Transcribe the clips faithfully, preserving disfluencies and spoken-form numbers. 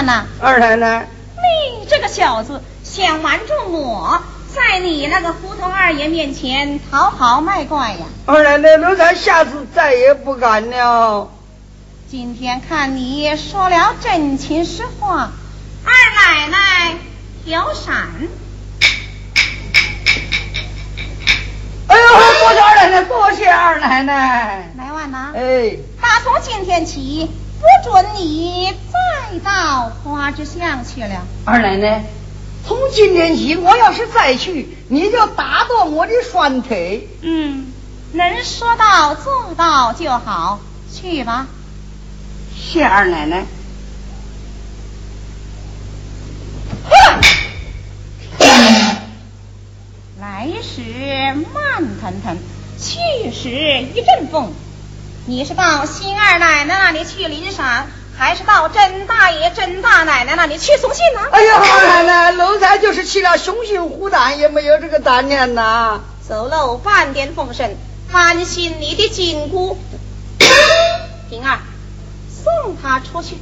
呐？ 二奶奶， 你这个小子想瞒住我，在你那个胡同二爷面前讨好卖乖呀！ 二奶奶，奴才下次再也不敢了。 今天看你说了真情实话，二奶奶调闪。 哎呦，多谢二奶奶，多谢二奶奶。 来万呐， 哎， 打从今天起，不准你再到花之巷去了。 二奶奶，从今天起，我要是再去，你就打断我的双腿。 嗯，能说到做到就好，去吧。 谢二奶奶。 来时慢腾腾，去时一阵风。你是到新二奶奶那里去领赏，还是到甄大爷、甄大奶奶那里去送信呢？ 哎呀，二奶奶，奴才就是去了雄心虎胆，也没有这个胆念呐。 走漏半点风声，担心你的紧箍。平儿，送他出去。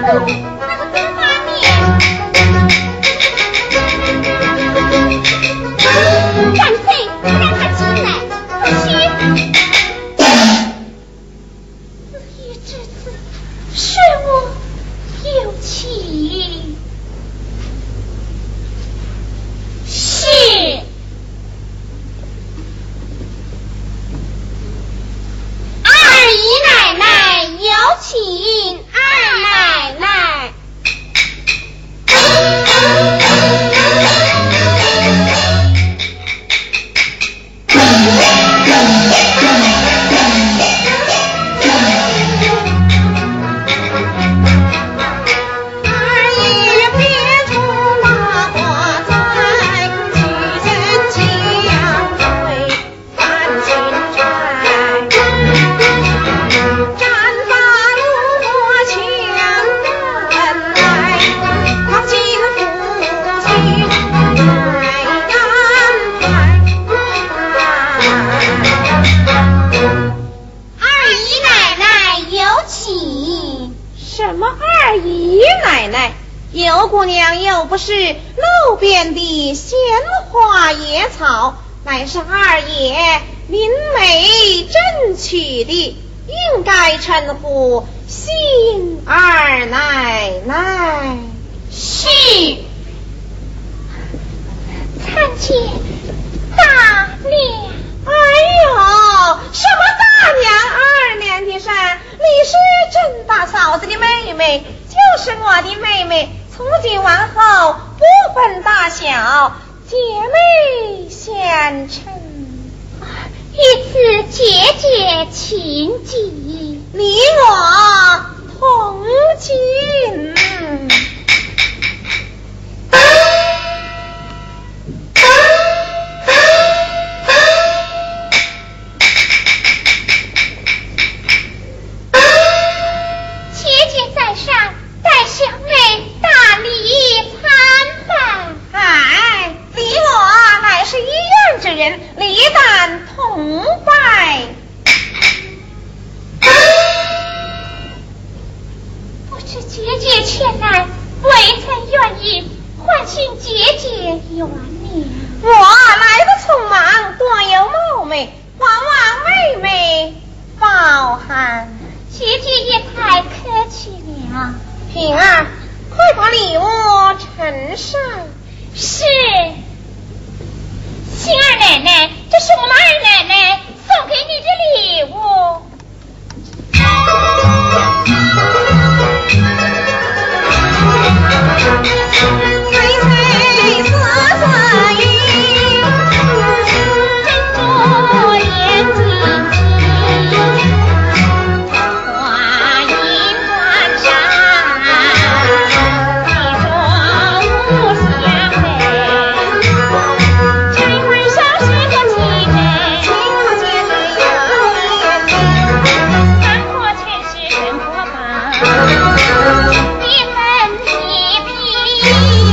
尤姑娘又不是路边的鲜花野草，乃是二爷明媒正娶的，应该称呼新二奶奶。 是参见大娘。 哎呦，什么大娘二娘的事？你是郑大嫂子的妹妹，就是我的妹妹，从今往后不分大小，姐妹相称。 一次姐姐情谊， 你我同进。李旦同拜， 不知姐姐前来，未曾愿意唤醒姐姐元年。 我来的匆忙，多有冒昧，望望妹妹包涵。 姐姐也太客气了。 平儿，快把礼物呈上。 是。新二奶奶，这是我们二奶奶送给你的礼物。 嘿嘿，丝丝雨， 珍珠眼睛睛，花影关山，你说无相美。一分一笔。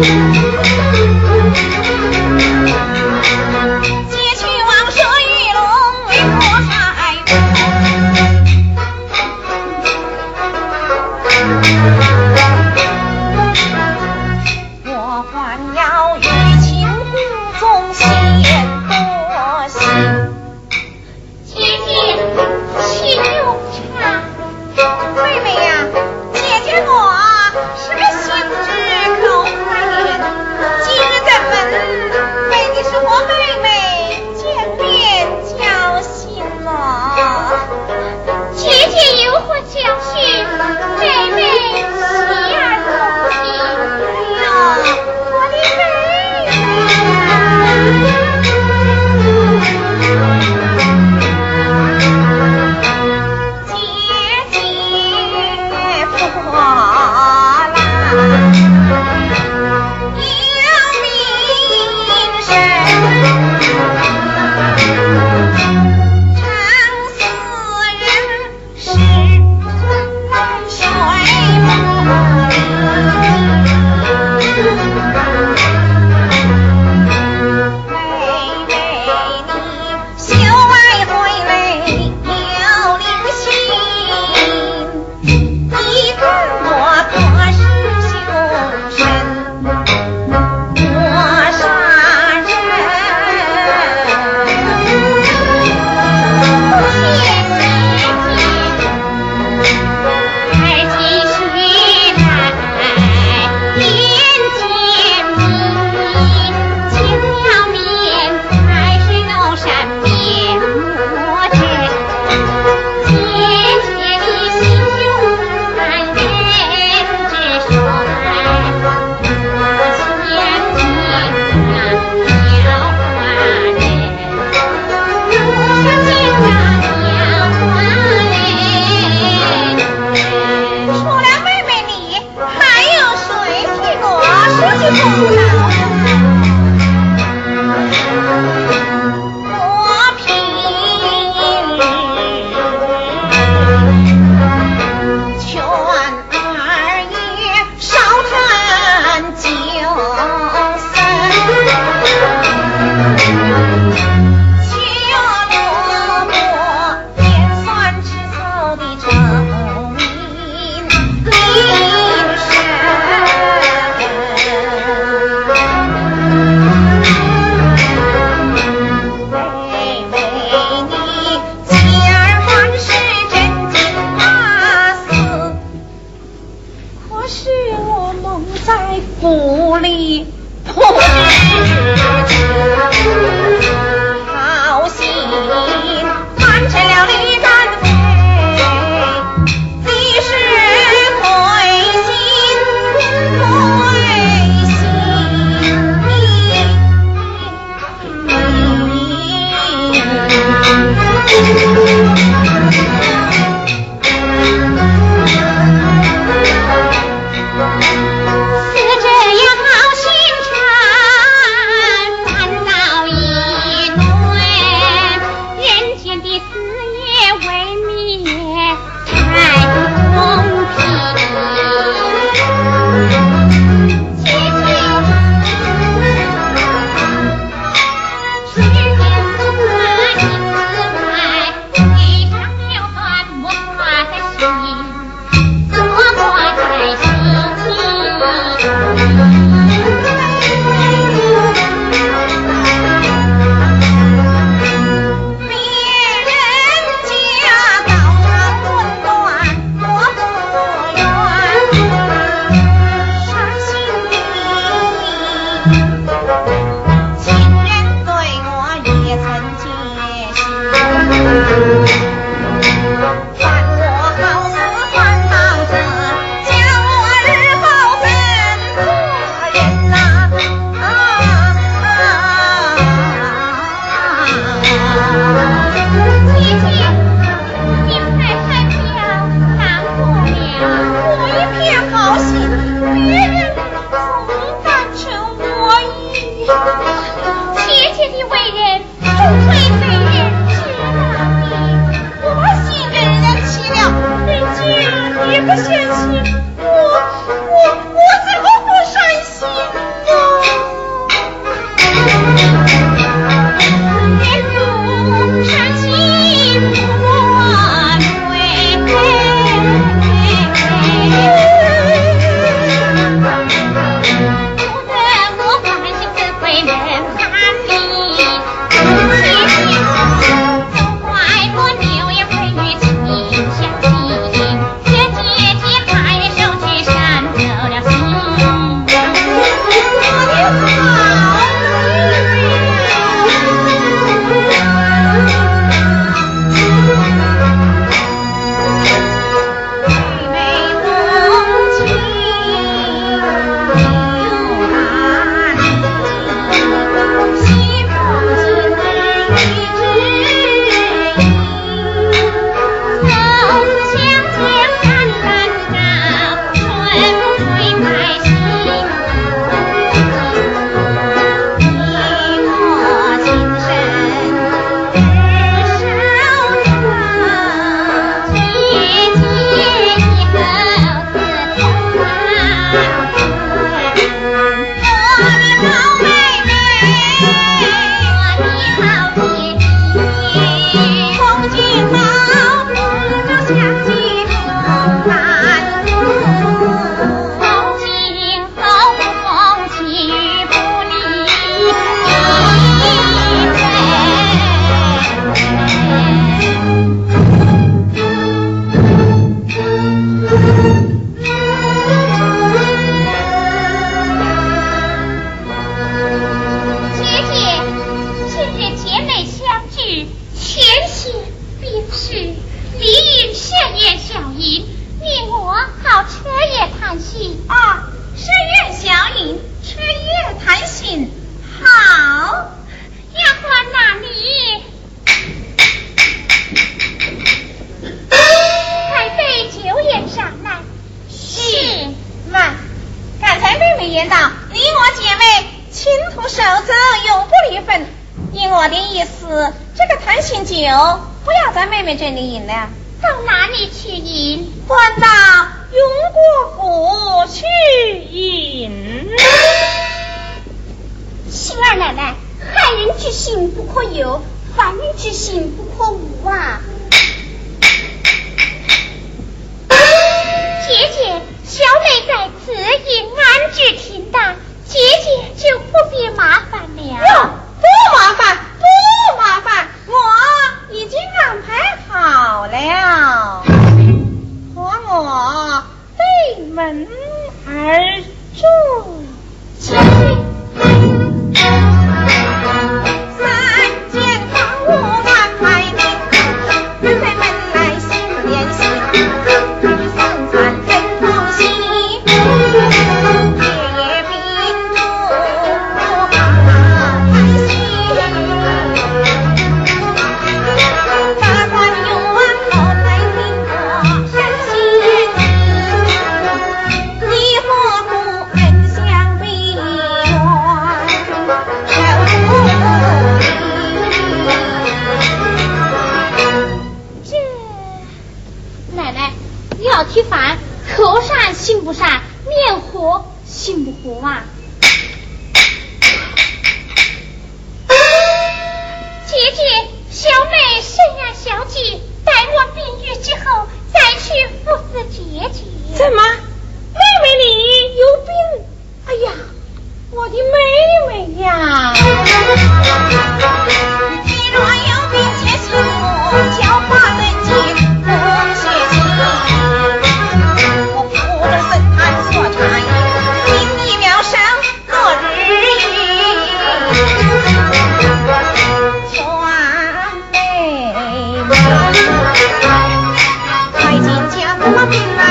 不嫌弃我，我我我怎么不伤心？ 这里饮了， 到哪里去饮？ 关到永国府去饮。 杏儿奶奶，害人之心不可有，烦人之心不可无啊！姐姐，小妹在此已安置停当，姐姐就不必麻烦了。 哟，不麻烦，不麻烦，我已经安排好了，和我对门而坐。 姐姐。 提饭，口善心不善，面和心不和啊！ 姐姐，小妹深谙小计，待我病愈之后再去服侍姐姐。 怎么，妹妹你有病？哎呀，我的妹妹呀！你若有病，且请我教化人情，不学情。快进家，我病了。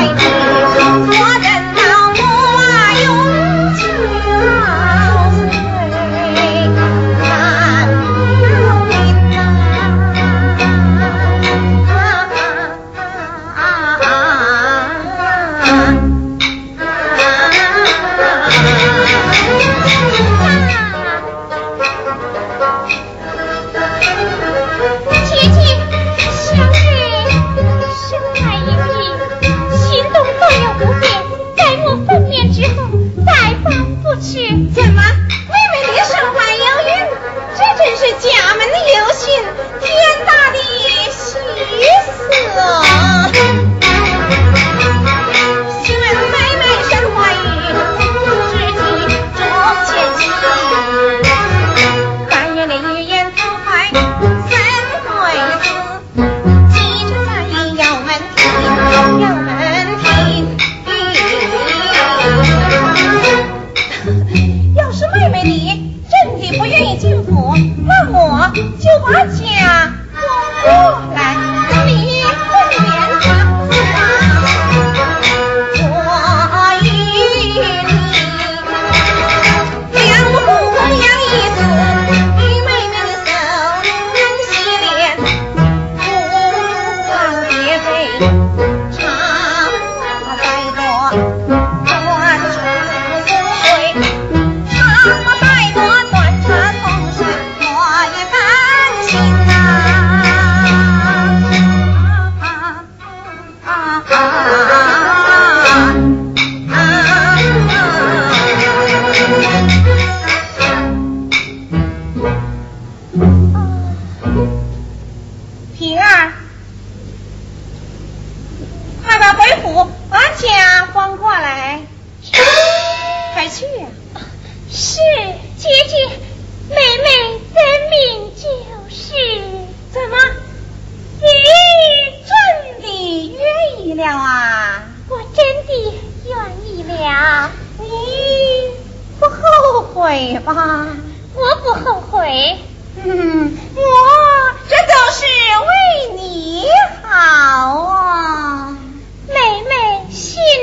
悔吧？ 我不后悔。 嗯，我这都是为你好啊。 妹妹心